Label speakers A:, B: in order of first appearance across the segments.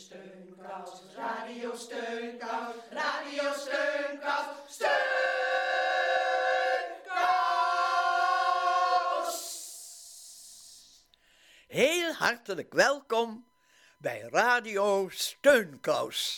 A: Steunkous, Radio Steunkous, Radio Steunkous, Steunkous!
B: Heel hartelijk welkom bij Radio Steunkous.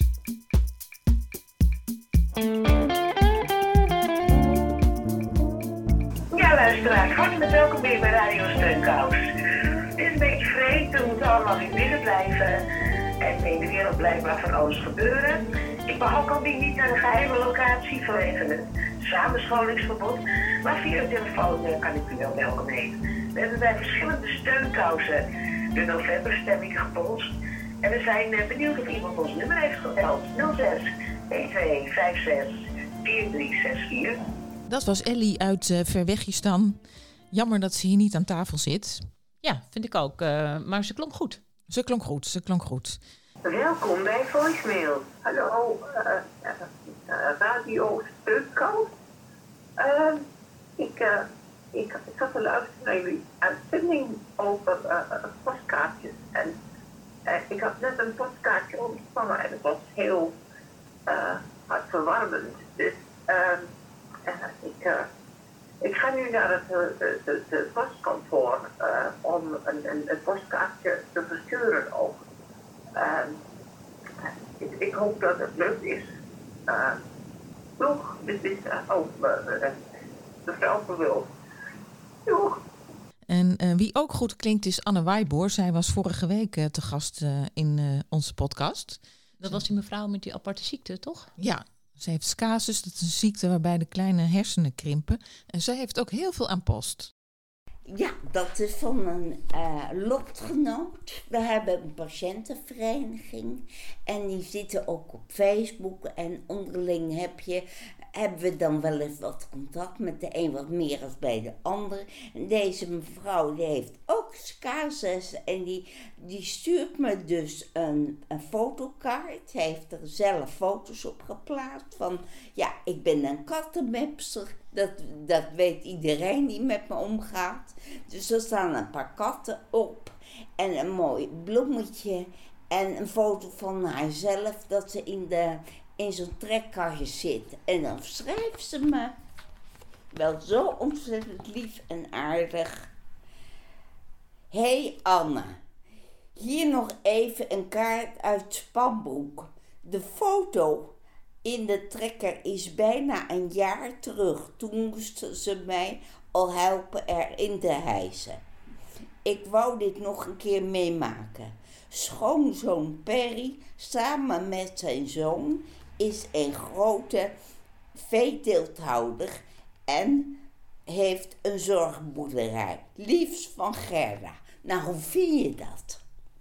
C: Ja, luisteraars, hartelijk welkom weer bij Radio Steunkous. Het is een beetje vreemd, we moeten allemaal weer binnen blijven. En in de wereld blijkbaar van alles gebeuren. Ik mag ook alweer niet naar de geheime locatie vanwege het samenscholingsverbod. Maar via de telefoon kan ik u wel welkom heten. We hebben bij verschillende steunkousen de novemberstemming gepolst. En we zijn benieuwd of iemand ons nummer heeft gebeld. 06 12 56 4364.
D: Dat was Ellie uit Verwegistan. Jammer dat ze hier niet aan tafel zit.
E: Ja, vind ik ook. Maar ze klonk goed.
D: Ze klonk goed.
C: Welkom bij Voicemail. Hallo, Radio Steunkous. Ik zat te luisteren naar jullie uitzending over postkaartjes. En ik had net een postkaartje ontvangen en het was heel hartverwarmend. Dus ik ga nu naar het postkantoor om een postkaartje te versturen ook. Ik hoop dat het leuk is. Doeg, dit is mevrouw Verwil. Doeg.
D: En wie ook goed klinkt is Anne Waaiboer. Zij was vorige week te gast in onze podcast.
E: Dat was die mevrouw met die aparte ziekte, toch?
D: Ja, ze heeft scasus. Dat is een ziekte waarbij de kleine hersenen krimpen. En zij heeft ook heel veel aan post.
F: Ja, dat is van een lotgenoot. We hebben een patiëntenvereniging en die zitten ook op Facebook. En onderling hebben we dan wel eens wat contact met de een wat meer als bij de ander. En deze mevrouw die heeft ook scasus en die stuurt me dus een fotokaart. Hij heeft er zelf foto's op geplaatst van, ja, ik ben een kattenmepster. Dat weet iedereen die met me omgaat. Dus er staan een paar katten op en een mooi bloemetje en een foto van haarzelf dat ze in zo'n trekkastje zit. En dan schrijft ze me wel zo ontzettend lief en aardig. Hey Anne, hier nog even een kaart uit Spanbroek. De foto in de trekker is bijna een jaar terug. Toen moesten ze mij al helpen erin te hijsen. Ik wou dit nog een keer meemaken. Schoonzoon Perry, samen met zijn zoon, is een grote veeteelthouder en heeft een zorgboerderij. Liefst van Gerda. Nou, hoe vind je dat?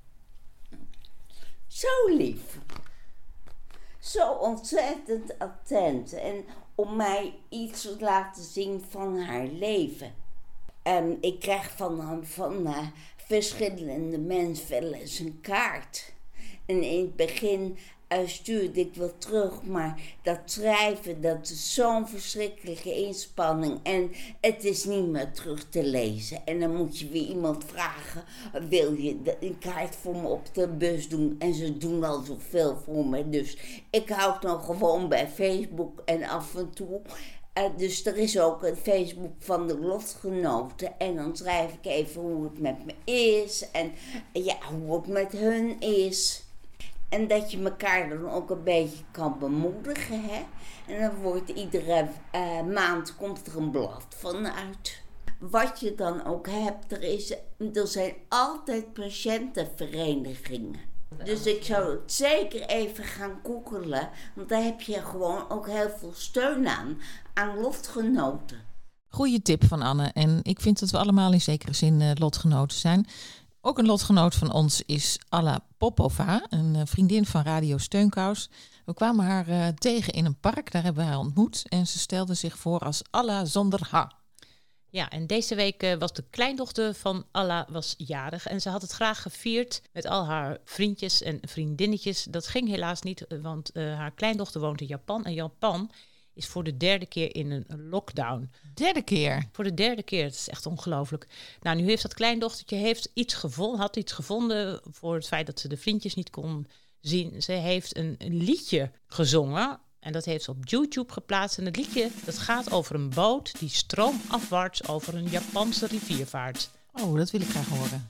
F: Zo lief. Zo ontzettend attent en om mij iets te laten zien van haar leven. Ik krijg van verschillende mensen wel eens een kaart. En in het begin stuurde ik wel terug, maar dat schrijven, dat is zo'n verschrikkelijke inspanning. En het is niet meer terug te lezen. En dan moet je weer iemand vragen, wil je een kaart voor me op de bus doen? En ze doen al zoveel voor me, dus ik hou het dan gewoon bij Facebook en af en toe. Dus er is ook een Facebook van de lotgenoten. En dan schrijf ik even hoe het met me is. En ja, hoe het met hun is. En dat je elkaar dan ook een beetje kan bemoedigen. Hè? En dan wordt iedere maand komt er een blad vanuit. Wat je dan ook hebt, er zijn altijd patiëntenverenigingen. Dus ik zou het zeker even gaan googelen. Want daar heb je gewoon ook heel veel steun aan lotgenoten.
D: Goeie tip van Anne. En ik vind dat we allemaal in zekere zin lotgenoten zijn. Ook een lotgenoot van ons is Alla Popova, een vriendin van Radio Steunkous. We kwamen haar tegen in een park, daar hebben we haar ontmoet. En ze stelde zich voor als Alla zonder H.
E: Ja, en deze week was de kleindochter van Alla jarig. En ze had het graag gevierd met al haar vriendjes en vriendinnetjes. Dat ging helaas niet, want haar kleindochter woont in Japan. En Japan is voor de 3e keer in een lockdown.
D: 3e keer?
E: Voor de 3e keer, dat is echt ongelooflijk. Nou, nu heeft dat kleindochtertje had iets gevonden voor het feit dat ze de vriendjes niet kon zien. Ze heeft een liedje gezongen en dat heeft ze op YouTube geplaatst. En het liedje dat gaat over een boot die stroomafwaarts over een Japanse rivier vaart.
D: Oh, dat wil ik graag horen.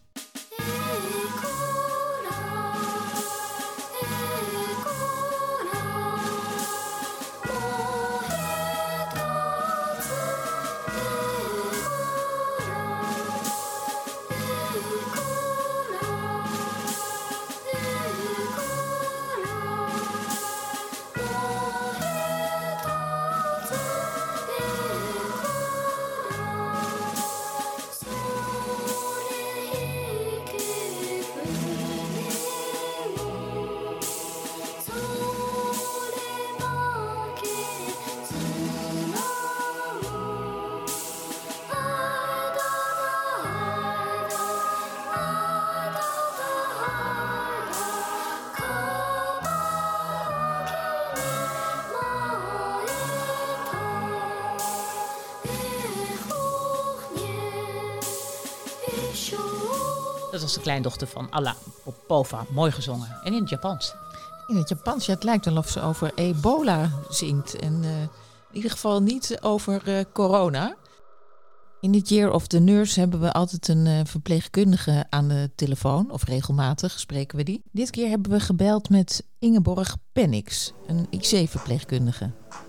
E: Dat was de kleindochter van Alla Popova. Mooi gezongen. En in het Japans.
D: In het Japans, ja, het lijkt alsof ze over ebola zingt. En in ieder geval niet over corona. In dit Year of the Nurse hebben we altijd een verpleegkundige aan de telefoon. Of regelmatig spreken we die. Dit keer hebben we gebeld met Ingeborg Pennix, een IC-verpleegkundige.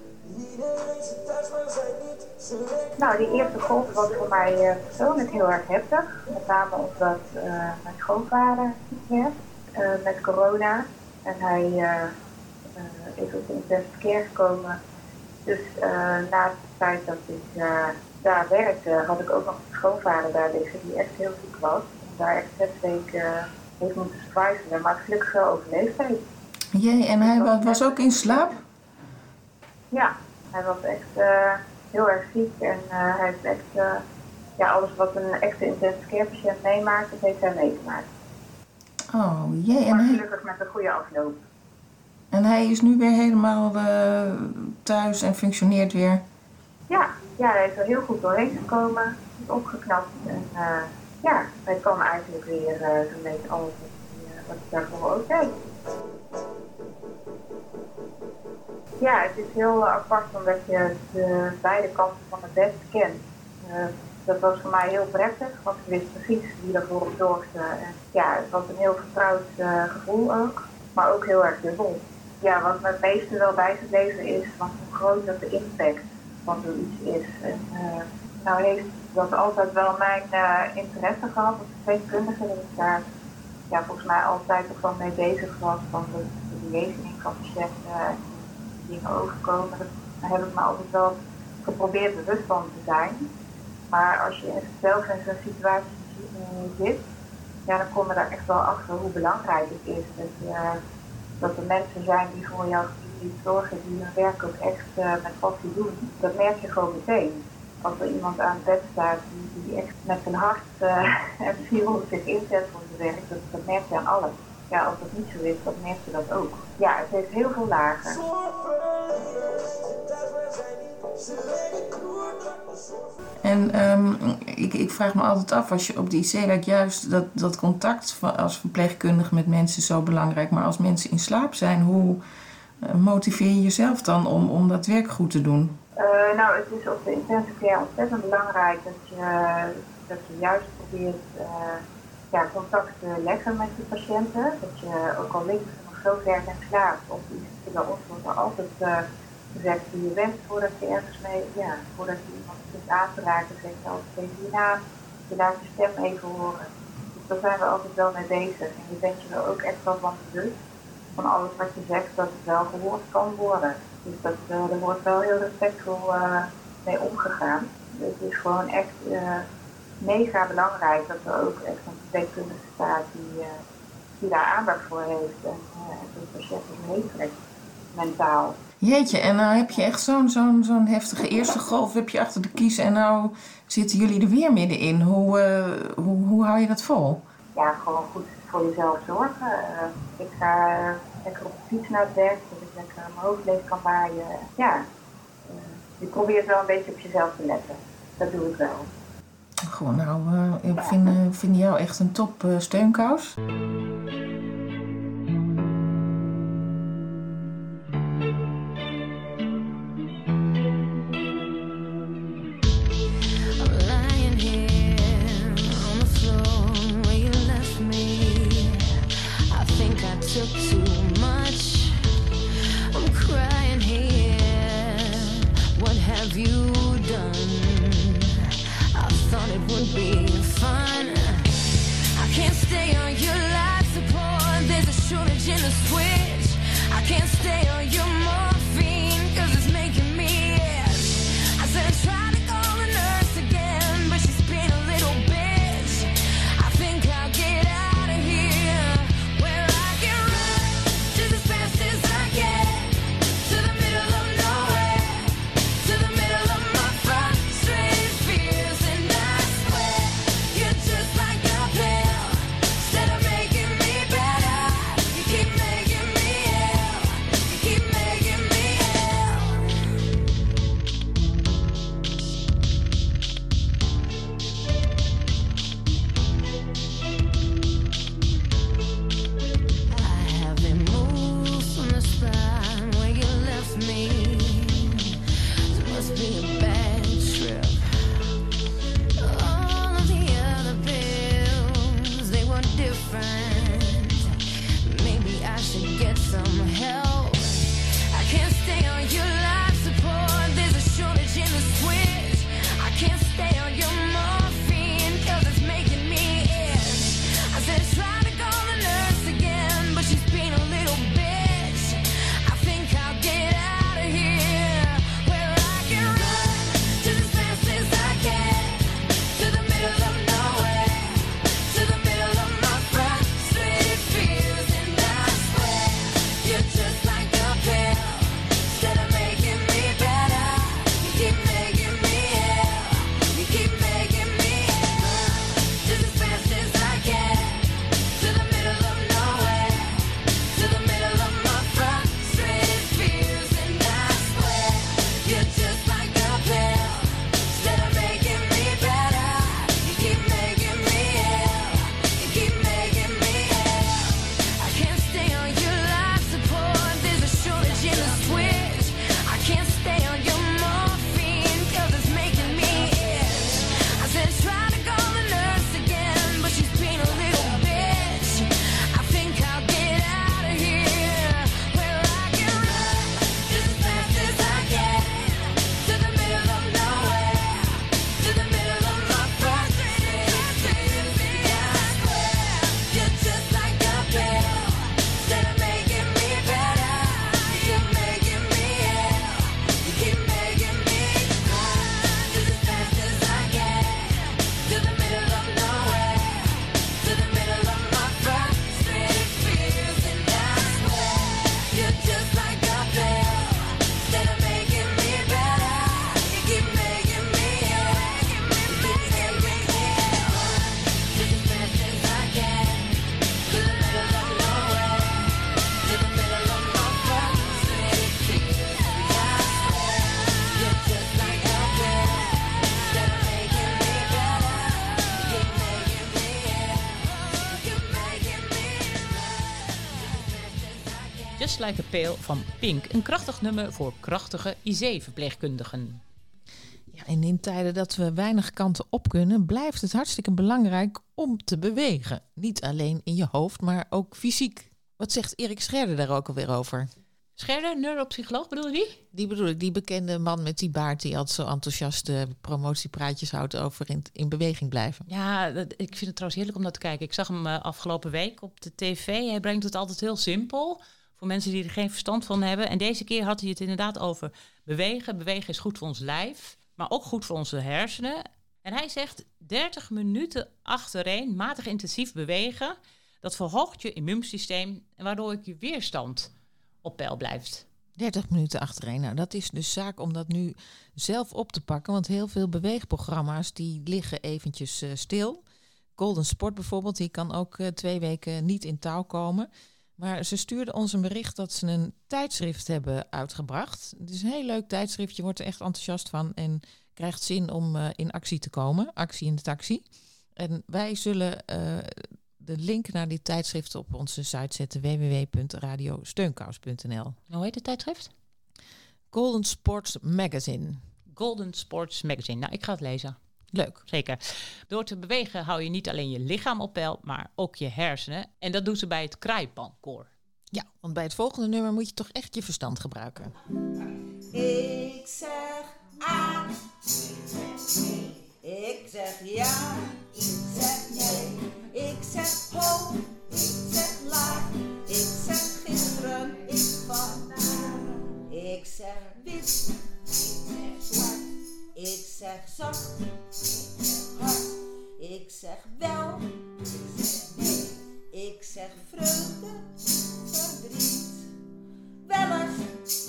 C: Nou, die eerste golf was voor mij persoonlijk heel erg heftig. Met name omdat mijn schoonvader ziek werd met corona. En hij is op de intensive care gekomen. Dus na de tijd dat ik daar werkte, had ik ook nog een schoonvader daar liggen die echt heel ziek was. En daar echt 6 weken heeft moeten survivalen, maar gelukkig wel overleefd heeft.
G: Jee, en hij was ook in slaap?
C: Ja, hij was echt heel erg ziek en hij heeft echt alles wat een echte intensive care patiënt meemaakt, dat heeft hij meegemaakt.
G: Oh jee,
C: maar gelukkig met een goede afloop.
G: En hij is nu weer helemaal thuis en functioneert weer?
C: Ja, hij is er heel goed doorheen gekomen, is opgeknapt en hij kan eigenlijk weer zo'n beetje alles wat hij daarvoor ook deed. Ja, het is heel apart omdat je de beide kanten van het bed kent. Dat was voor mij heel prettig, want ik wist precies wie ervoor zorgde. En het was een heel vertrouwd gevoel ook, maar ook heel erg dubbel. Ja, wat me het meeste wel bijgebleven is, was hoe groot dat de impact van zoiets is. En nou heeft dat altijd wel mijn interesse gehad als verpleegkundige, dat ik daar volgens mij altijd toch wel mee bezig was, van de bejegening van patiënten, dingen overkomen. Daar heb ik me altijd wel geprobeerd bewust van te zijn. Maar als je zelf in zo'n situatie zit, dan kom je daar echt wel achter hoe belangrijk het is. Dat er mensen zijn die voor jou zorgen, die hun werk ook echt met passie doen. Dat merk je gewoon meteen. Als er iemand aan het bed staat die echt met zijn hart en ziel zich inzet voor zijn werk, dat merk je aan alles. Ja, als dat niet zo is, dan merk je dat ook. Ja, het heeft heel veel lagen.
G: En ik vraag me altijd af, als je op de IC werkt, juist dat contact als verpleegkundige met mensen is zo belangrijk. Maar als mensen in slaap zijn, hoe motiveer je jezelf dan om dat werk goed te doen?
C: Nou, het is op de intensive care ontzettend belangrijk dat je juist probeert contact te leggen met de patiënten. Dat je, ook al ligt ze nog zo ver in slaap, of bij ons wordt er altijd gezegd wie je bent voordat je ergens voordat je iemand kunt aan te raken, zeg je altijd even je naam, je laat je stem even horen. Dus daar zijn we altijd wel mee bezig. En je bent je er ook echt wel van bewust, van alles wat je zegt, dat het wel gehoord kan worden. Dus er wordt wel heel respectvol mee omgegaan. Dus het is gewoon echt mega belangrijk dat er ook echt een verpleegkundige staat die daar aandacht voor heeft en de patiënten meetrekt, mentaal.
G: Jeetje, en nou heb je echt zo'n heftige eerste golf heb je achter de kiezen en nou zitten jullie er weer middenin. Hoe hou je dat vol?
C: Ja, gewoon goed voor jezelf zorgen. Ik ga lekker op de fiets naar het werk, dat ik lekker mijn hoofd leeg kan waaien. Ja, je probeert wel een beetje op jezelf te letten. Dat doe ik wel.
G: Gewoon, nou, ik vind jou echt een top steunkous.
H: took too much. I'm crying here. What have you done? I thought it would be fun. I can't stay on your life support. There's a shortage in the switch. I can't stay on your morphine, cause it's making me itch. I said I tried to call the nurse again, but she's being a little bitch. I think I'll get out of here, where I can run just as fast as I can, to the middle of nowhere, to the middle of my frustrated fears. And I swear, you're just like a pill. Instead of making me better, you keep making me ill. You keep making me ill. I haven't moved from the spot where you left me. It must be a bad trip. All of the other pills, they were different. Maybe I should get some help. I can't stay on your life support. There's a shortage in the switch. I can't stay on your morphine, cause it's making me itch. I said try to call the nurse again, but she's being a little bitch. I think I'll get out of here, where I can run just as fast as I can, to the middle of nowhere, to the middle of my frustrated fears. And I swear, you're just like a pill. Instead of making me better, you keep making me ill. You keep making me ill. Just as fast as I can, to the middle of nowhere, to the middle of my frustrated fears. And I swear, you're just like a pill. Instead of making me better, you keep making me ill. You keep making me ill. I can't stay on your life support. There's a shortage in the switch. I can't stay on your morphine, cause it's making me itch. I said try to call the nurse again, but she's being a little bitch. I think I'll get out of here, where I can run just as fast as I can, to the middle of nowhere, to the middle of my frustrated fears. And I swear, you're just like a pill. Instead of making me better, you keep making me ill. You keep making me run just as fast as I can, to the middle of nowhere, to the middle of my frustrated fears. And I swear, you're just like a pill. Instead of making me better, you keep making me ill. You keep making me ill. Just as fast as I can, to the middle of nowhere, to the middle of my frustrated fears. And I swear, you're just like a pill. Instead of making me better, you keep making me ill. You keep making me run.
E: Just Like a Pill van Pink. Een krachtig nummer voor krachtige IC-verpleegkundigen.
D: Ja, en in tijden dat we weinig kanten op kunnen, blijft het hartstikke belangrijk om te bewegen. Niet alleen in je hoofd, maar ook fysiek. Wat zegt Erik Scherder daar ook alweer over?
E: Scherder, neuropsycholoog, bedoel je die?
D: Die bedoel ik, die bekende man met die baard die altijd zo enthousiast promotiepraatjes houdt over in beweging blijven.
E: Ja, ik vind het trouwens heerlijk om naar te kijken. Ik zag hem afgelopen week op de tv. Hij brengt het altijd heel simpel voor mensen die er geen verstand van hebben. En deze keer had hij het inderdaad over bewegen. Bewegen is goed voor ons lijf, maar ook goed voor onze hersenen. En hij zegt 30 minuten achtereen matig intensief bewegen. Dat verhoogt je immuunsysteem en waardoor ook je weerstand op peil blijft.
D: 30 minuten achtereen. Nou, dat is dus zaak om dat nu zelf op te pakken. Want heel veel beweegprogramma's die liggen eventjes stil. Golden Sport bijvoorbeeld, die kan ook 2 weken niet in touw komen. Maar ze stuurden ons een bericht dat ze een tijdschrift hebben uitgebracht. Het is een heel leuk tijdschrift. Je wordt er echt enthousiast van en krijgt zin om in actie te komen. Actie in de taxi. En wij zullen de link naar die tijdschrift op onze site zetten. www.radiosteunkous.nl.
E: Hoe heet de tijdschrift?
D: Golden Sports Magazine.
E: Golden Sports Magazine. Nou, ik ga het lezen.
D: Leuk.
E: Zeker. Door te bewegen hou je niet alleen je lichaam op peil, maar ook je hersenen. En dat doen ze bij het Kraaipankoor.
D: Ja, want bij het volgende nummer moet je toch echt je verstand gebruiken.
A: Ik zeg A. Ik zeg ja. Ik zeg nee. Ik zeg hoog. Ik zeg laag. Ik zeg gisteren. Ik vandaag. Ik zeg wit. Ik zeg zwart. Ik zeg zacht. Ik zeg hard. Ik zeg wel. Ik zeg nee. Ik zeg vreugde. Verdriet. Wel eens.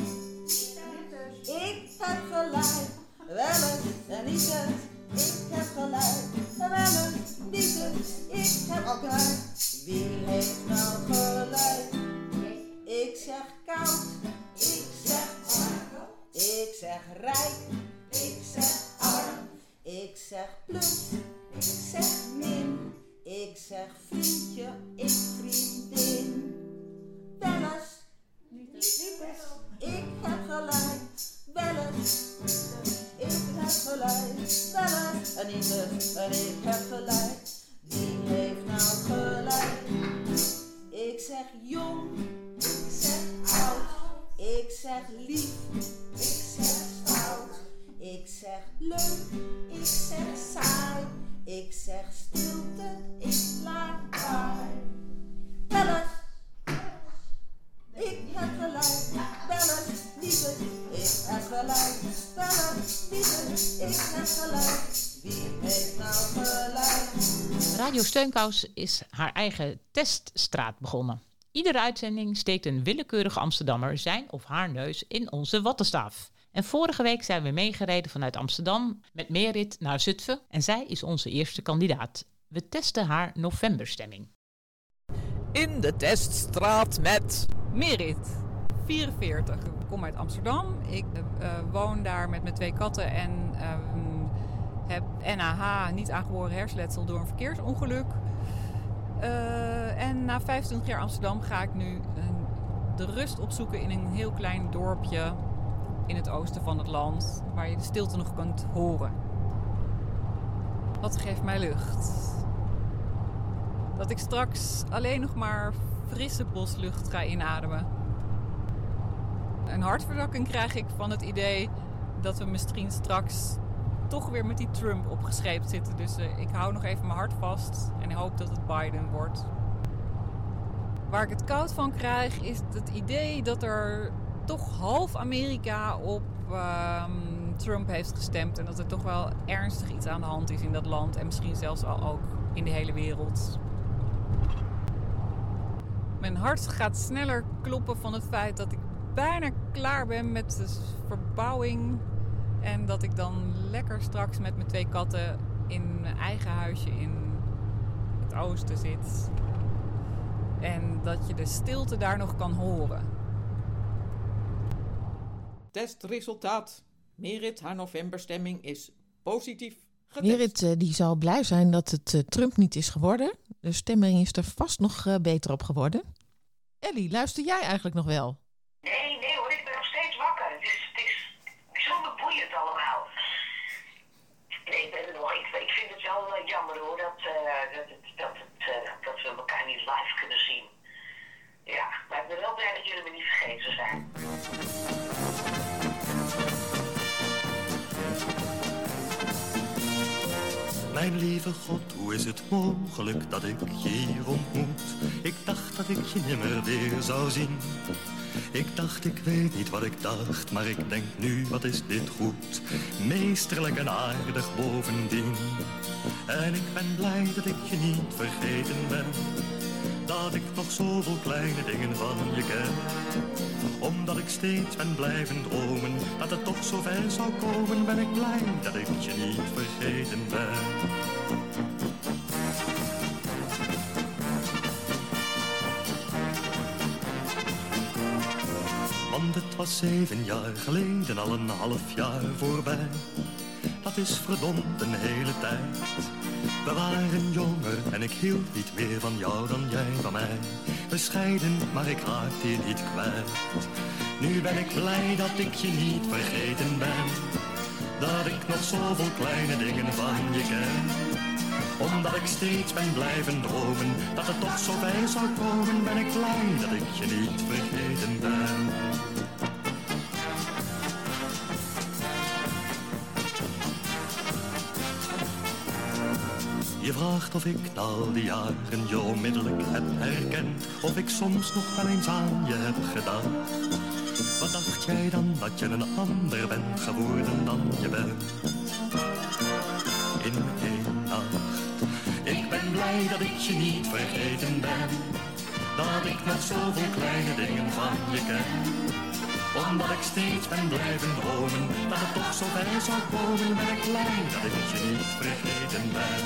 A: Ik heb gelijk. Wel eens en niet het. Ik heb gelijk. Wel eens, niet het. Ik heb gelijk. Wie heeft nou gelijk? Ik zeg koud. Ik zeg warm. Ik zeg rijk. Ik zeg arm. Ik zeg plus. Ik zeg min. Ik zeg vriendje. Ik vriendin. Wel eens. Niet eens. Ik heb gelijk. Wel eens. Ik heb gelijk. Wel eens. En niet eens. En ik heb gelijk. Wie heeft nou gelijk? Ik zeg jong. Ik zeg oud. Ik zeg lief. Ik zeg stout. Ik zeg leuk. Ik zeg saai. Ik zeg stilte. Ik laat waai. Wel eens. Ik heb gelijk. Wel eens. Niet het. Ik heb gelijk. Wel eens. Niet het. Ik heb gelijk. Wie heeft nou gelijk?
E: Radio Steunkous is haar eigen teststraat begonnen. Iedere uitzending steekt een willekeurige Amsterdammer zijn of haar neus in onze wattenstaaf. En vorige week zijn we meegereden vanuit Amsterdam met Merit naar Zutphen en zij is onze eerste kandidaat. We testen haar novemberstemming.
I: In de teststraat met
J: Merit, 44. Ik kom uit Amsterdam. Ik woon daar met mijn 2 katten en heb NAH, niet aangeboren hersenletsel, door een verkeersongeluk. En na 25 jaar Amsterdam ga ik nu de rust opzoeken in een heel klein dorpje in het oosten van het land, waar je de stilte nog kunt horen. Wat geeft mij lucht? Dat ik straks alleen nog maar frisse boslucht ga inademen. Een hartverzakking krijg ik van het idee dat we misschien straks toch weer met die Trump opgescheept zitten. Dus ik hou nog even mijn hart vast en hoop dat het Biden wordt. Waar ik het koud van krijg is het idee dat er toch half Amerika op Trump heeft gestemd. En dat er toch wel ernstig iets aan de hand is in dat land. En misschien zelfs al ook in de hele wereld. Mijn hart gaat sneller kloppen van het feit dat ik bijna klaar ben met de verbouwing. En dat ik dan lekker straks met mijn 2 katten in mijn eigen huisje in het oosten zit. En dat je de stilte daar nog kan horen.
I: testresultaat. Merit, haar novemberstemming is positief getest.
D: Merit die zal blij zijn dat het Trump niet is geworden. De stemming is er vast nog beter op geworden. Ellie, luister jij eigenlijk nog wel?
C: Nee hoor, ik ben nog steeds wakker. Het is bijzonder boeiend allemaal. Nee, ik ben er nog. Ik vind het wel jammer hoor, dat we elkaar niet live kunnen zien. Ja, maar ik ben wel blij dat jullie me niet vergeten zijn.
K: Mijn lieve God, hoe is het mogelijk dat ik je hier ontmoet? Ik dacht dat ik je nimmer weer zou zien. Ik dacht, ik weet niet wat ik dacht, maar ik denk nu, wat is dit goed? Meesterlijk en aardig bovendien. En ik ben blij dat ik je niet vergeten ben. Dat ik nog zoveel kleine dingen van je ken. Omdat ik steeds ben blijven dromen dat het toch zo ver zou komen, ben ik blij dat ik je niet vergeten ben. Want het was 7 jaar geleden, al een half jaar voorbij. Dat is verdomd een hele tijd. We waren jonger en ik hield niet meer van jou dan jij van mij. Bescheiden, maar ik raakte je niet kwijt. Nu ben ik blij dat ik je niet vergeten ben. Dat ik nog zoveel kleine dingen van je ken. Omdat ik steeds ben blijven dromen, dat het toch zo bij zou komen, ben ik blij dat ik je niet vergeten ben. Je vraagt of ik na al die jaren je onmiddellijk heb herkend, of ik soms nog wel eens aan je heb gedacht. Wat dacht jij dan dat je een ander bent geworden dan je bent? In één nacht. Ik ben blij dat ik je niet vergeten ben, dat ik nog zoveel kleine dingen van je ken. Omdat ik steeds ben blijven dromen, dat het toch zo ver zou komen, ben ik blij dat ik je niet vergeten ben.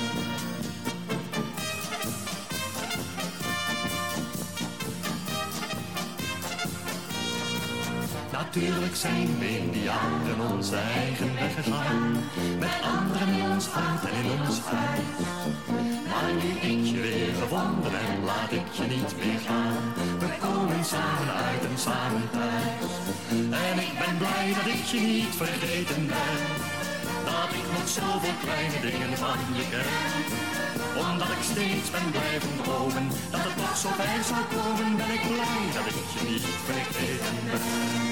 K: Natuurlijk zijn we in die jaren onze eigen weg gegaan, met anderen in ons hart en in ons huis. Maar nu ik je weer gevonden heb, laat ik je niet meer gaan. We komen samen uit en samen thuis. En ik ben blij dat ik je niet vergeten ben, dat ik nog zoveel kleine dingen van je ken. Omdat ik steeds ben blijven dromen, dat het toch zo ver zou komen, ben ik blij dat ik je niet vergeten ben.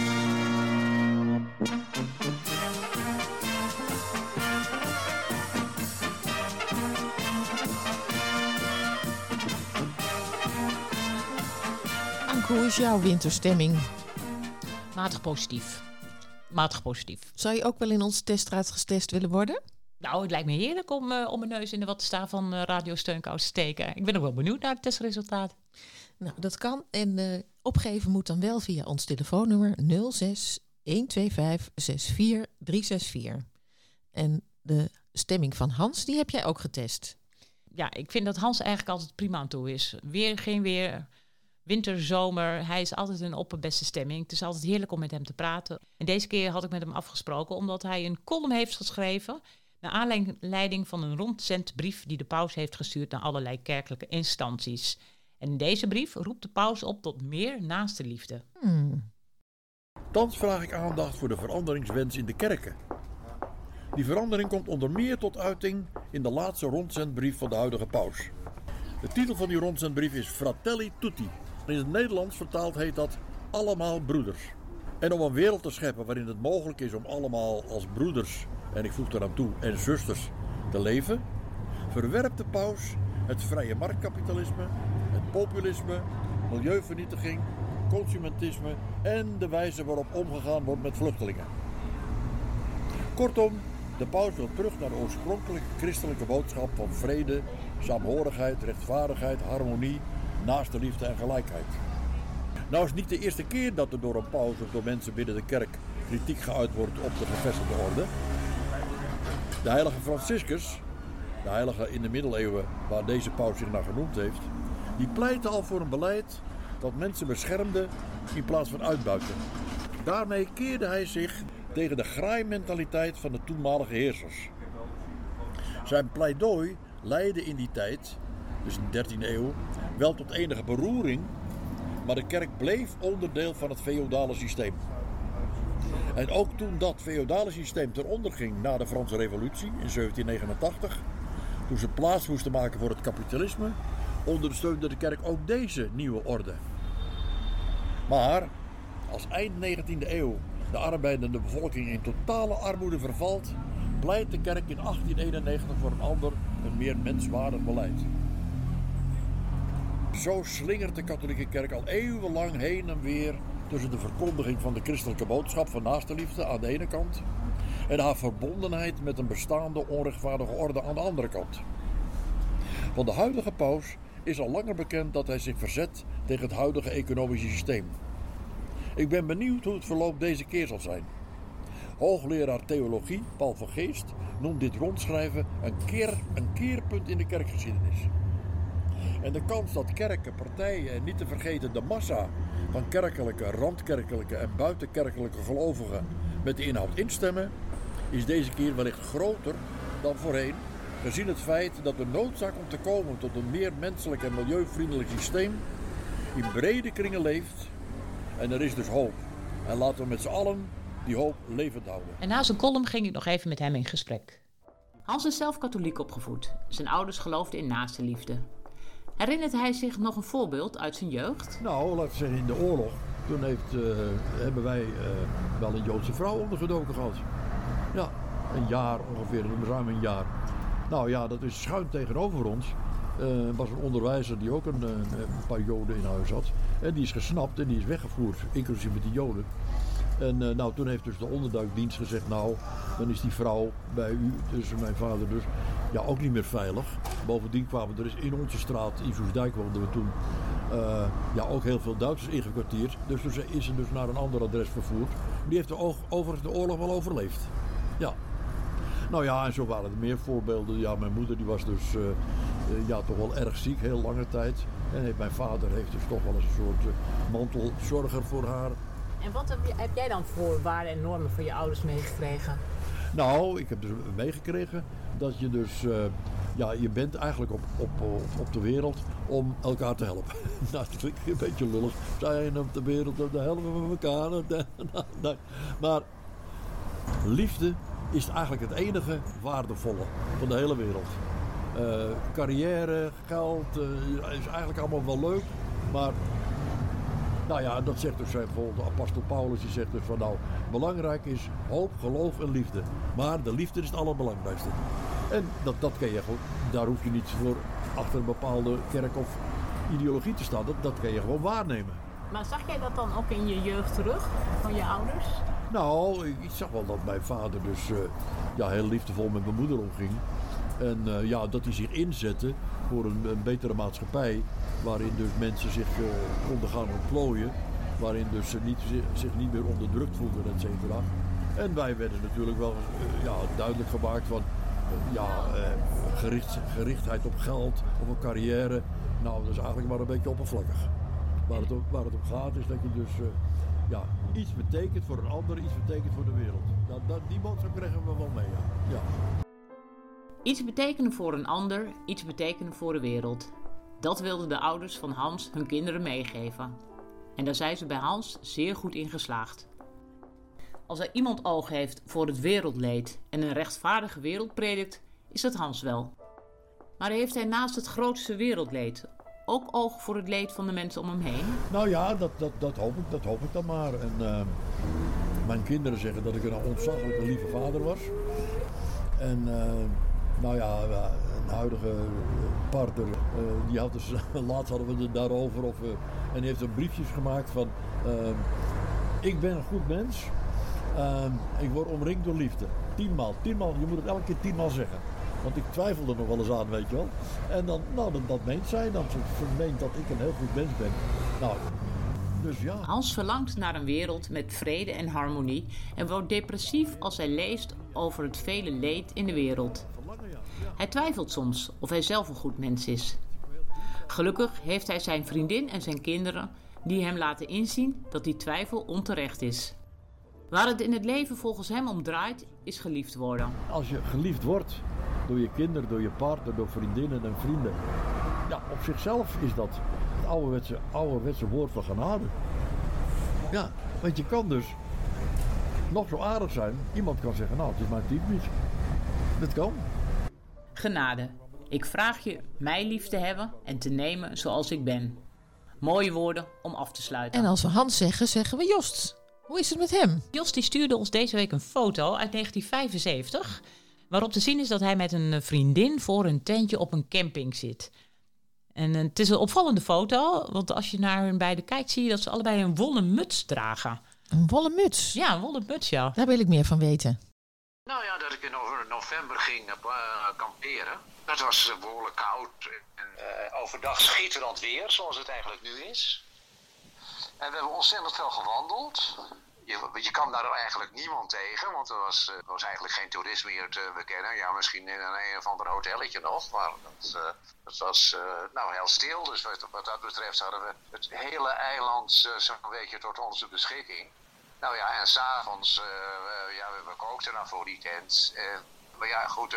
D: Hoe is jouw winterstemming?
E: Matig positief. Matig positief.
D: Zou je ook wel in onze teststraat getest willen worden?
E: Nou, het lijkt me heerlijk om mijn neus in de watten staan van Radio Steunkous te steken. Ik ben ook wel benieuwd naar het testresultaat.
D: Nou, dat kan. En opgeven moet dan wel via ons telefoonnummer 06 125 64 364. En de stemming van Hans, die heb jij ook getest.
E: Ja, ik vind dat Hans eigenlijk altijd prima aan toe is. Weer, geen weer, winter, zomer. Hij is altijd in opperbeste stemming. Het is altijd heerlijk om met hem te praten. En deze keer had ik met hem afgesproken omdat hij een column heeft geschreven naar aanleiding van een rondzendbrief die de paus heeft gestuurd naar allerlei kerkelijke instanties. En in deze brief roept de paus op tot meer naastenliefde.
L: Thans vraag ik aandacht voor de veranderingswens in de kerken. Die verandering komt onder meer tot uiting in de laatste rondzendbrief van de huidige paus. De titel van die rondzendbrief is Fratelli Tutti. In het Nederlands vertaald heet dat Allemaal Broeders. En om een wereld te scheppen waarin het mogelijk is om allemaal als broeders, en ik voeg eraan toe, en zusters te leven, verwerpt de paus het vrije marktkapitalisme, het populisme, milieuvernietiging, consumentisme en de wijze waarop omgegaan wordt met vluchtelingen. Kortom, de paus wil terug naar de oorspronkelijke christelijke boodschap van vrede, saamhorigheid, rechtvaardigheid, harmonie, naastenliefde en gelijkheid. Nou is het niet de eerste keer dat er door een paus of door mensen binnen de kerk kritiek geuit wordt op de gevestigde orde. De heilige Franciscus, de heilige in de middeleeuwen waar deze paus zich naar genoemd heeft, die pleitte al voor een beleid dat mensen beschermde in plaats van uitbuiten. Daarmee keerde hij zich tegen de graaimentaliteit van de toenmalige heersers. Zijn pleidooi leidde in die tijd, dus in de 13e eeuw, wel tot enige beroering, maar de kerk bleef onderdeel van het feodale systeem. En ook toen dat feodale systeem ten onder ging na de Franse Revolutie in 1789, toen ze plaats moesten maken voor het kapitalisme, ondersteunde de kerk ook deze nieuwe orde. Maar als eind 19e eeuw de arbeidende bevolking in totale armoede vervalt, pleit de kerk in 1891 voor een ander, een meer menswaardig beleid. Zo slingert de katholieke kerk al eeuwenlang heen en weer tussen de verkondiging van de christelijke boodschap van naastenliefde aan de ene kant en haar verbondenheid met een bestaande onrechtvaardige orde aan de andere kant. Van de huidige paus is al langer bekend dat hij zich verzet tegen het huidige economische systeem. Ik ben benieuwd hoe het verloop deze keer zal zijn. Hoogleraar theologie Paul van Geest noemt dit rondschrijven een keerpunt in de kerkgeschiedenis. En de kans dat kerken, partijen en niet te vergeten de massa van kerkelijke, randkerkelijke en buitenkerkelijke gelovigen met de inhoud instemmen, is deze keer wellicht groter dan voorheen, gezien het feit dat de noodzaak om te komen tot een meer menselijk en milieuvriendelijk systeem in brede kringen leeft. En er is dus hoop. En laten we met z'n allen die hoop levend houden.
E: En na zijn column ging ik nog even met hem in gesprek. Hans is zelf katholiek opgevoed. Zijn ouders geloofden in naaste liefde. Herinnert hij zich nog een voorbeeld uit zijn jeugd?
L: Nou, laten we zeggen in de oorlog. Toen hebben wij wel een Joodse vrouw ondergedoken gehad. Ja, een jaar ongeveer, ruim een jaar. Nou ja, dat is schuin tegenover ons. Was een onderwijzer die ook een paar Joden in huis had. En die is gesnapt en die is weggevoerd, inclusief met die Joden. En toen heeft dus de onderduikdienst gezegd, nou, dan is die vrouw bij u, dus mijn vader dus, ja, ook niet meer veilig. Bovendien kwamen er in onze straat, in Soesdijk woonden we toen, ook heel veel Duitsers ingekwartierd. Dus toen is ze dus naar een ander adres vervoerd. Die heeft overigens de oorlog wel overleefd. Ja. Nou ja, en zo waren er meer voorbeelden. Ja, mijn moeder die was dus toch wel erg ziek, heel lange tijd. En mijn vader heeft dus toch wel eens een soort mantelzorger voor haar.
E: En wat heb jij dan voor waarden en normen van je ouders meegekregen?
L: Nou, ik heb dus meegekregen dat je dus... je bent eigenlijk op de wereld om elkaar te helpen. Nou, dat klinkt een beetje lullig. Zijn op de wereld om te helpen we elkaar. Nee. Maar liefde is eigenlijk het enige waardevolle van de hele wereld. Carrière, geld, is eigenlijk allemaal wel leuk. Maar nou ja, dat zegt dus bijvoorbeeld de apostel Paulus. Die zegt dus van nou, belangrijk is hoop, geloof en liefde. Maar de liefde is het allerbelangrijkste. En dat ken je gewoon. Daar hoef je niet voor achter een bepaalde kerk of ideologie te staan. Dat kan je gewoon waarnemen.
E: Maar zag jij dat dan ook in je jeugd terug, van je ouders?
L: Nou, ik zag wel dat mijn vader dus heel liefdevol met mijn moeder omging. En dat hij zich inzette voor een betere maatschappij. Waarin dus mensen zich konden gaan ontplooien. Waarin dus ze zich niet meer onderdrukt voelden, et cetera. En wij werden natuurlijk wel duidelijk gemaakt van gerichtheid op geld of op carrière. Nou, dat is eigenlijk maar een beetje oppervlakkig. Waar het om gaat is dat je dus iets betekent voor een ander, iets betekent voor de wereld. Die boodschap krijgen we wel mee, ja.
E: Iets betekenen voor een ander, iets betekenen voor de wereld. Dat wilden de ouders van Hans hun kinderen meegeven. En daar zijn ze bij Hans zeer goed in geslaagd. Als er iemand oog heeft voor het wereldleed en een rechtvaardige wereld predikt, is dat Hans wel. Maar heeft hij naast het grootste wereldleed ook oog voor het leed van de mensen om hem heen?
L: Nou ja, dat hoop ik dan maar. En mijn kinderen zeggen dat ik een ontzaglijke lieve vader was. En een huidige partner, die had dus, laatst hadden we het daarover, en die heeft een briefjes gemaakt van, ik ben een goed mens, ik word omringd door liefde. 10 maal, je moet het elke keer 10 maal zeggen. Want ik twijfel er nog wel eens aan, weet je wel. En dan, dat meent zij, dan ze meent dat ik een heel goed mens ben. Nou, dus ja.
E: Hans verlangt naar een wereld met vrede en harmonie en wordt depressief als hij leest over het vele leed in de wereld. Hij twijfelt soms of hij zelf een goed mens is. Gelukkig heeft hij zijn vriendin en zijn kinderen die hem laten inzien dat die twijfel onterecht is. Waar het in het leven volgens hem om draait, is geliefd worden.
L: Als je geliefd wordt door je kinderen, door je partner, door vriendinnen en vrienden. Ja, op zichzelf is dat het ouderwetse woord van genade. Ja, want je kan dus nog zo aardig zijn. Iemand kan zeggen, nou, het is mijn type niet. Dat kan.
E: Genade. Ik vraag je mij lief te hebben en te nemen zoals ik ben. Mooie woorden om af te sluiten.
D: En als we Hans zeggen, zeggen we Jost. Hoe is het met hem?
E: Jost die stuurde ons deze week een foto uit 1975... waarop te zien is dat hij met een vriendin voor een tentje op een camping zit. En het is een opvallende foto, want als je naar hun beiden kijkt... zie je dat ze allebei een wollen muts dragen.
D: Een wollen muts?
E: Ja, een wollen muts, ja.
D: Daar wil ik meer van weten.
M: Nou ja, dat ik in november ging kamperen. Dat was behoorlijk koud. En overdag schitterend weer, zoals het eigenlijk nu is. En we hebben ontzettend veel gewandeld. Je kwam daar eigenlijk niemand tegen, want er was eigenlijk geen toerist meer te bekennen. Ja, misschien in een of ander hotelletje nog, maar het was heel stil. Dus wat dat betreft hadden we het hele eiland zo'n beetje tot onze beschikking. Nou ja, en s'avonds, we kookten dan voor die tent. Maar ja, goed,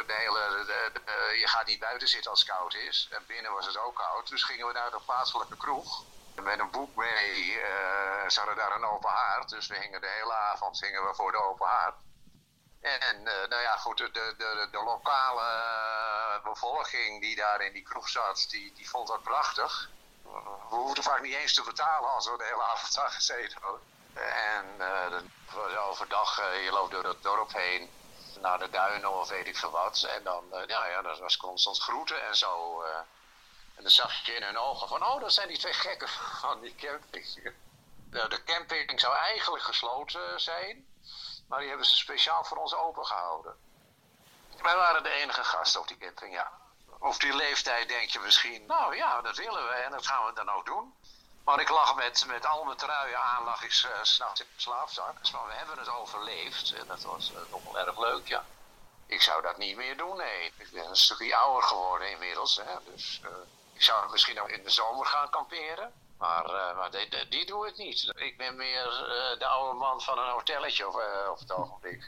M: je gaat niet buiten zitten als het koud is. En binnen was het ook koud, dus gingen we naar de plaatselijke kroeg. Met een boek mee, ze hadden daar een open haard, dus we hingen de hele avond voor de open haard. En nou ja, goed, de lokale bevolking die daar in die kroeg zat, die vond dat prachtig. We hoefden vaak niet eens te betalen als we de hele avond daar gezeten hadden. En overdag, je loopt door het dorp heen naar de duinen of weet ik veel wat. En dan, dat was constant groeten en zo. En dan zag je in hun ogen van, oh, dat zijn die twee gekken van die camping. De camping zou eigenlijk gesloten zijn, maar die hebben ze speciaal voor ons open gehouden. Wij waren de enige gasten op die camping, ja. Op die leeftijd denk je misschien, nou ja, dat willen we en dat gaan we dan ook doen. Maar ik lag met al mijn truien aan, lag ik 's nachts in de slaapzak. Dus maar we hebben het overleefd en dat was nog wel erg leuk, ja. Ik zou dat niet meer doen, nee. Ik ben een stukje ouder geworden inmiddels, hè. Dus ik zou misschien ook in de zomer gaan kamperen. Maar die doe ik niet. Ik ben meer de oude man van een hotelletje op het ogenblik.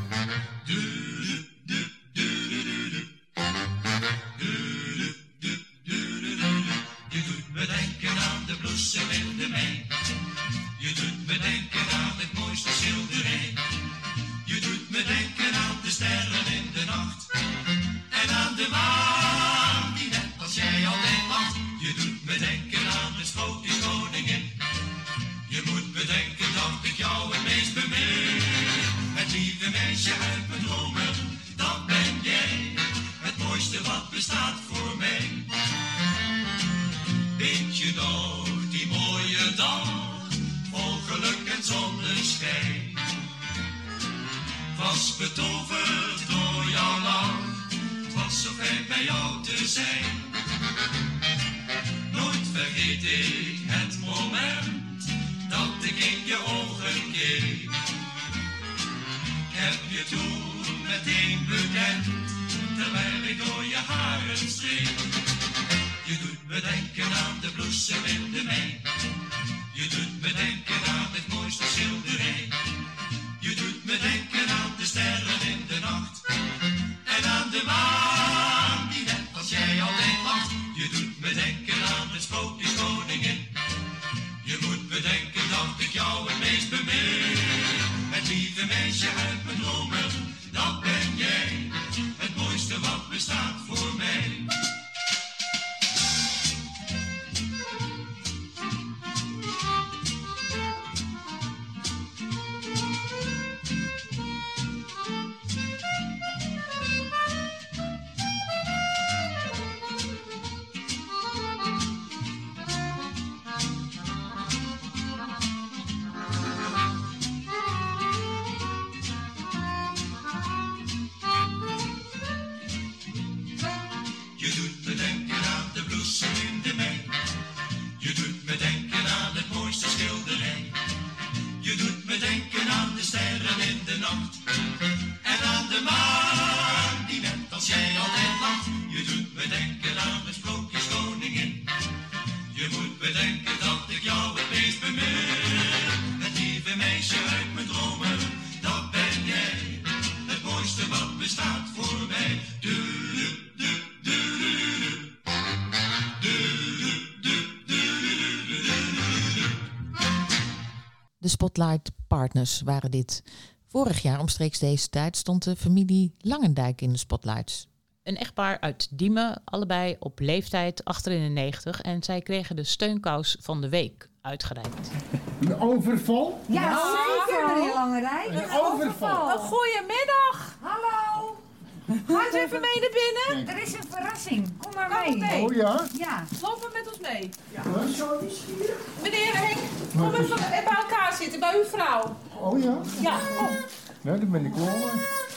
N: Je doet me denken aan de bloesem in de mei. Je doet me denken aan het mooiste schilderij. Je doet me denken aan de sterren in de nacht. En aan de maan die net als jij altijd lacht. Je doet me denken aan de sprookjeskoningin. Je moet bedenken dat ik jou het meest bemin. Het lieve meisje uit mijn dromen, dat ben jij. Het mooiste wat bestaat voor mij. Weet je nog die mooie dag, vol geluk en zonneschijn. Was betoverd door jouw lach, het was zo fijn bij jou te zijn. Nooit vergeet ik het moment dat ik in je ogen keek. Ik heb je toen meteen bekend, terwijl ik door je haren streek. Je doet me denken aan de bloesem in de mei. Je doet me denken aan het mooiste schilderij. Je doet me denken aan de sterren in de nacht. En aan de maan die net als jij altijd lacht. Je doet me denken aan de sprookjeskoningin. Je moet bedenken dat ik jou het meest bemin. Het lieve meisje uit mijn dromen, dat ben jij. Het mooiste wat bestaat voor mij.
D: De Spotlight Partners waren dit. Vorig jaar omstreeks deze tijd stond de familie Langendijk in de spotlights.
E: Een echtpaar uit Diemen, allebei op leeftijd achter in de 90. En zij kregen de steunkous van de week uitgereikt.
O: Een overval?
P: Ja, zeker, meneer Langerijk.
O: Een overval.
P: Goedemiddag. Hallo. Gaat u even mee naar binnen? Er is een verrassing. Kom maar mee.
O: Oh ja?
P: Ja.
Q: Loop maar met ons mee.
O: Ja. Zo is hier.
Q: Meneer Henk, kom even bij elkaar zitten, bij uw vrouw.
O: Oh ja?
Q: Ja, kom.
O: Nou, dan ben ik klaar.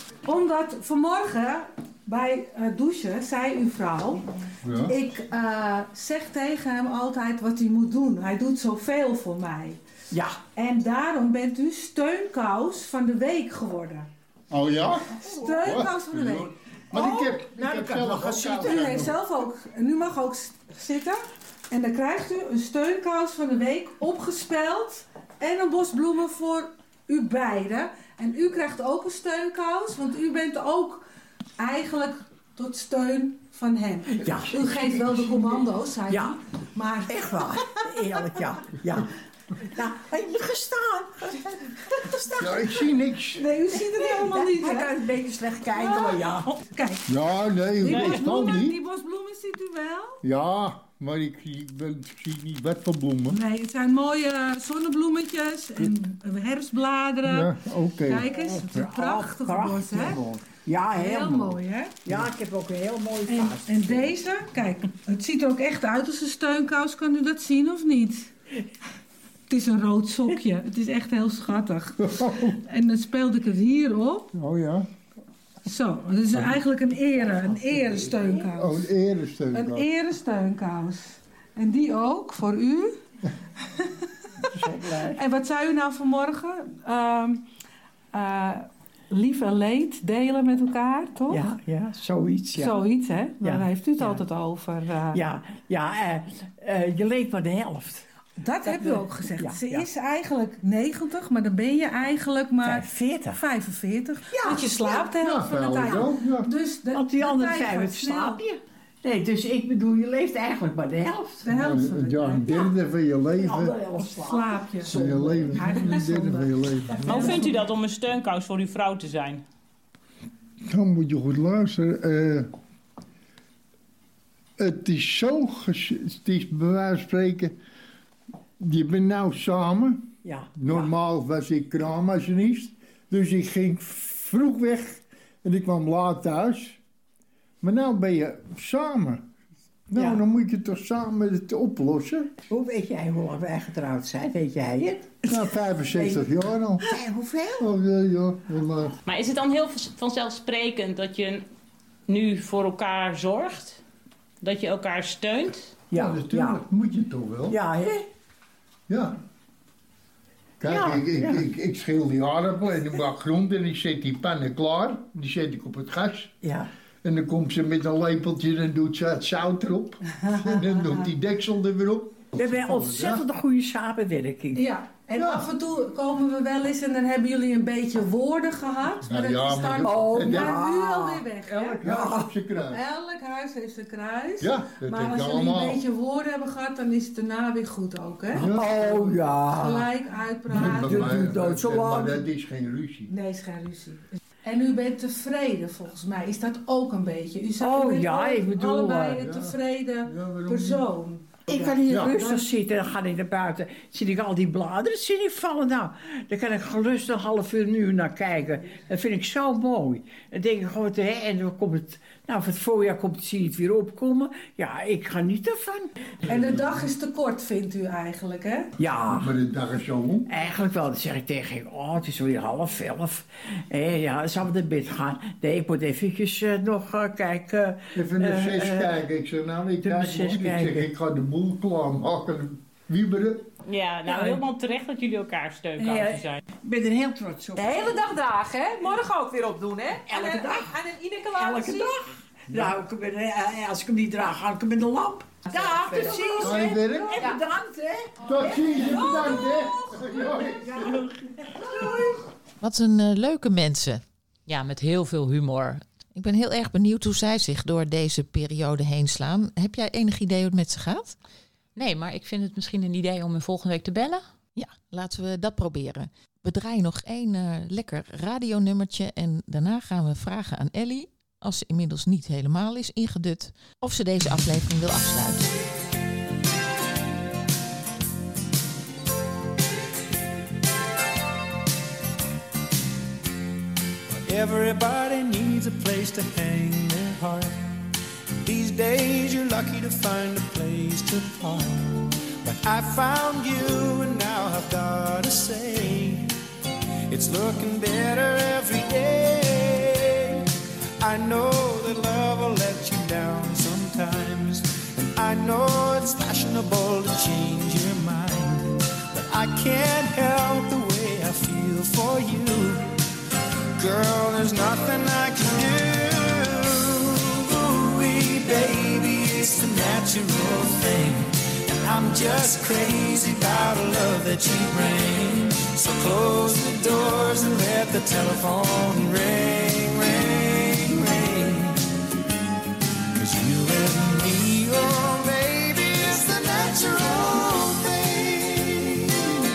R: Omdat vanmorgen bij douchen zei uw vrouw...
O: Ja.
R: Ik zeg tegen hem altijd wat hij moet doen. Hij doet zoveel voor mij.
O: Ja.
R: En daarom bent u steunkous van de week geworden.
O: Oh ja?
R: Steunkous van de week.
O: Maar ik heb zelf ook
R: zitten. U heeft zelf ook... En u mag ook zitten. En dan krijgt u een steunkous van de week opgespeld. En een bos bloemen voor u beiden. En u krijgt ook een steunkous. Want u bent ook eigenlijk tot steun van hem.
S: Ja.
R: U geeft wel de commando's, zei
S: ja.
R: hij. Maar...
S: Echt waar. Eerlijk, ja. Ja. Ja, je moet gestaan.
O: Ja, ik zie niks.
R: Nee, u ziet het helemaal niet.
S: Hij kan een beetje slecht kijken, maar ja.
R: Kijk.
O: Ja, nee,
R: Die
O: ik sta
R: bosbloemen,
O: niet.
R: die bosbloemen ziet u wel?
O: Ja, maar ik zie niet wat voor bloemen.
R: Nee, het zijn mooie zonnebloemetjes en herfstbladeren.
O: Ja, oké.
R: Kijk eens, het is een prachtig bos, hè?
S: Ja,
R: heel mooi, hè?
S: Ja, ik heb ook een heel mooi
R: En,
S: vaas.
R: en deze, kijk, het ziet er ook echt uit als een steunkous. Kan u dat zien of niet? Het is een rood sokje. Het is echt heel schattig. En dan speelde ik het hier op.
O: Oh ja.
R: Zo, het is eigenlijk een eresteunkous.
O: Oh, een eresteunkous.
R: Een eresteunkous. En die ook, voor u. En wat zei u nou vanmorgen? Lief en leed delen met elkaar, toch?
S: Ja, zoiets. Ja.
R: Zoiets, hè? Daar
S: Ja,
R: heeft u het
S: ja.
R: altijd over.
S: Je leeft maar de helft.
R: Dat heb u ook gezegd.
S: Ja,
R: Ze
S: ja.
R: is eigenlijk 90, maar dan ben je eigenlijk maar 45.
S: Ja,
R: Want je slaapt de helft van de
S: wel,
R: tijd.
S: ja.
R: Dus
S: Want die andere
R: tijd
S: 5
R: gaat
S: slaap
R: snel.
S: je. Nee, dus ik bedoel, je leeft eigenlijk maar de helft.
R: De helft van de
O: Ja, een derde van je leven.
S: De andere helft
R: slaap je.
O: Van je leven. Een derde van je leven.
T: Maar hoe vindt u dat om een steunkous voor uw vrouw te zijn?
O: Dan moet je goed luisteren. Het is zo, het is bij wijze van spreken, je bent nou samen.
S: Ja.
O: Normaal was ik kraamachinist, dus ik ging vroeg weg en ik kwam laat thuis. Maar nou ben je samen. Nou,
S: Ja.
O: dan moet je toch samen het oplossen.
S: Hoe weet jij hoe lang wij getrouwd zijn? Weet jij het?
O: Nou, 65 jaar al.
S: Hoeveel?
O: Oh, ja.
T: Maar is het dan heel vanzelfsprekend dat je nu voor elkaar zorgt? Dat je elkaar steunt?
O: Ja, natuurlijk. Moet je toch wel.
S: Ja, hè?
O: Ja. Kijk,
S: Ja,
O: ik schil die aardappelen in een bak grond en ik zet die pannen klaar. Die zet ik op het gas.
S: Ja.
O: En dan komt ze met een lepeltje en doet ze het zout erop. En dan doet die deksel er weer op.
S: We hebben een ontzettend goede samenwerking.
R: Ja, en af en toe komen we wel eens en dan hebben jullie een beetje woorden gehad. Maar
O: Nou ja,
R: dat is
O: maar
R: dan
O: dat-
R: nu alweer weg. hè?
O: Elk huis op zijn kruis.
R: Elk huis heeft zijn kruis.
O: Ja, dat
R: maar
O: heb
R: als
O: je
R: jullie
O: allemaal.
R: een beetje woorden hebben gehad, dan is het daarna weer goed ook, hè?
S: Oh ja.
R: Gelijk uitpraten.
O: Maar dat is geen ruzie.
R: Nee, is geen ruzie. En u bent tevreden volgens mij. Is dat ook een beetje? U bent
S: Oh ja, ik bedoel,
R: allebei een
S: ja.
R: tevreden persoon.
S: Ik kan hier
R: Ja.
S: rustig zitten en dan ga ik naar buiten. Zie ik al die bladeren zie ik vallen. Nou, daar kan ik gerust een half uur, een uur naar kijken. Dat vind ik zo mooi. Dan denk ik gewoon, en dan komt het... Nou, voor het voorjaar zie je het weer opkomen. Ja, ik ga niet ervan.
R: En de dag is te kort, vindt u eigenlijk, hè?
S: Ja.
O: Maar de dag is zo om.
S: Eigenlijk wel. Dan zeg ik tegen hem, oh, het is weer 11:30. Ja, dan zal we naar bed gaan. Nee, ik moet eventjes nog kijken.
O: Even naar 6 kijken. Ik zeg, nou, ik
S: de
O: kijk
S: zes
O: nog. Ik
S: kijken.
O: zeg, ik ga de boel klaarmaken. Wieberen.
T: Ja, nou
S: Ja.
T: helemaal terecht dat jullie elkaar steunkousen
S: Ja.
T: zijn.
S: Ik ben er heel trots op.
Q: De hele dag dagen, hè? Morgen ook weer opdoen, hè?
S: Elke dag.
Q: En een Ineke laten
S: Elke
Q: zien.
S: dag. Nou, als ik hem niet draag, hang ik hem in de lamp. Dag, tot ziens.
O: Ga je
S: hè.
O: werk?
S: En bedankt, hè.
O: Tot ziens en bedankt, hè.
D: Wat een leuke mensen.
E: Ja, met heel veel humor.
D: Ik ben heel erg benieuwd hoe zij zich door deze periode heen slaan. Heb jij enig idee hoe het met ze gaat?
E: Nee, maar ik vind het misschien een idee om hem volgende week te bellen.
D: Ja, laten we dat proberen. We draaien nog één lekker radionummertje en daarna gaan we vragen aan Ellie, als ze inmiddels niet helemaal is ingedut, of ze deze aflevering wil afsluiten.
U: Everybody needs a place to hang their heart. These days you're lucky to find a place to park. But I found you and now I've gotta say it's looking better every day. I know that love will let you down sometimes, and I know it's fashionable to change your mind, but I can't help the way I feel for you. Girl, there's nothing I can do. Ooh-wee, baby, it's the natural thing. And I'm just crazy about the love that you bring. So close the doors and let the telephone ring, ring, ring. 'Cause you and me, oh baby, it's the natural thing.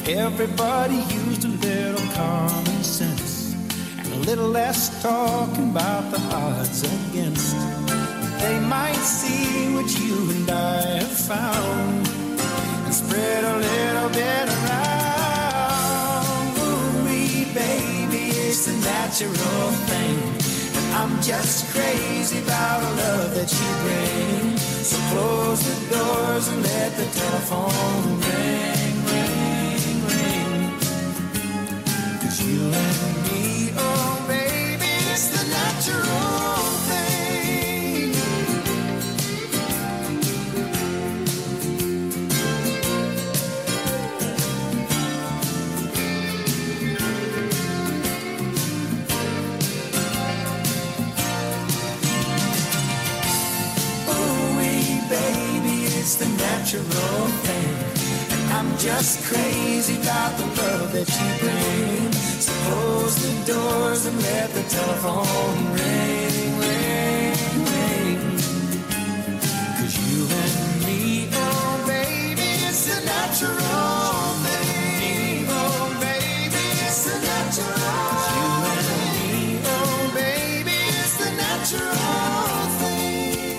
U: everybody used a little common sense and a little less talking about the odds against. They might see what you and I have found and spread a little bit around. Ooh-wee, baby, it's the natural thing. And I'm just crazy about the love that you bring. So close the doors and let the telephone ring, ring, ring. 'Cause you and me, oh baby, it's the natural thing. It's the natural thing. And I'm just crazy about the love that you bring. So close the doors and let the telephone ring, ring, ring. 'Cause you and me, oh baby, it's the natural thing. Oh baby, it's the natural thing. You and me, oh baby, it's the natural thing.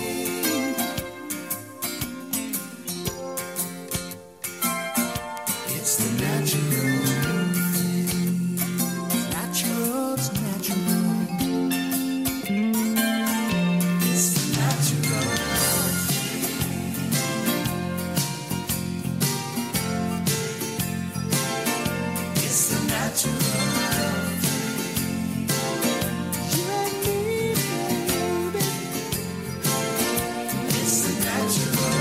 U: It's the natural thing. Natural, it's natural. It's the natural thing. It's the natural thing. You and me, baby. It's the natural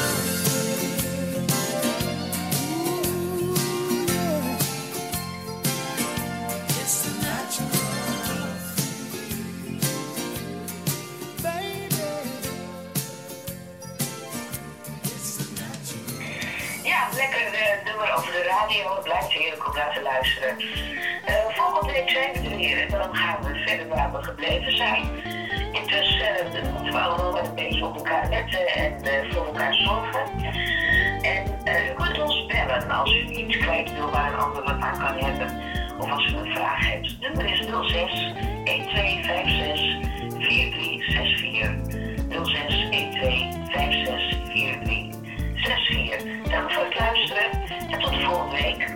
C: over de radio. Het blijft heerlijk om naar te luisteren. Volgende week zijn we er weer en dan gaan we verder waar we gebleven zijn. Intussen moeten we allemaal een beetje op elkaar letten en voor elkaar zorgen. En u kunt ons bellen als u iets kwijt wil waar een ander wat aan kan hebben. Of als u een vraag hebt. Het nummer is 06 1256 4364. 06 1256 4364. Dank voor het luisteren en tot de volgende week.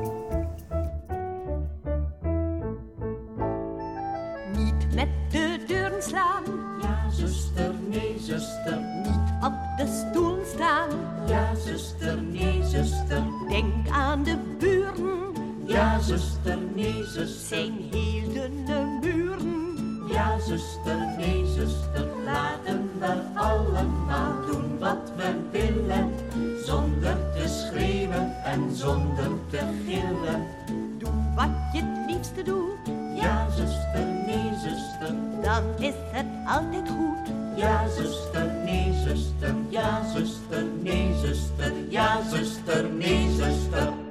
B: Niet met de deuren slaan. Ja, zuster, nee, zuster. Niet op de stoel staan. Ja, zuster, nee, zuster. Denk aan de buren. Ja, zuster, nee, zuster. Zijn heel dunne muren. Ja, zuster, nee, zuster. Laten we allemaal doen wat we willen. Zonder te schreeuwen en zonder te gillen. Doe wat je het liefste doet. Ja, zuster, nee, zuster. Dan is het altijd goed. Ja, zuster, nee, zuster. Ja, zuster, nee, zuster. Ja, zuster, nee, zuster.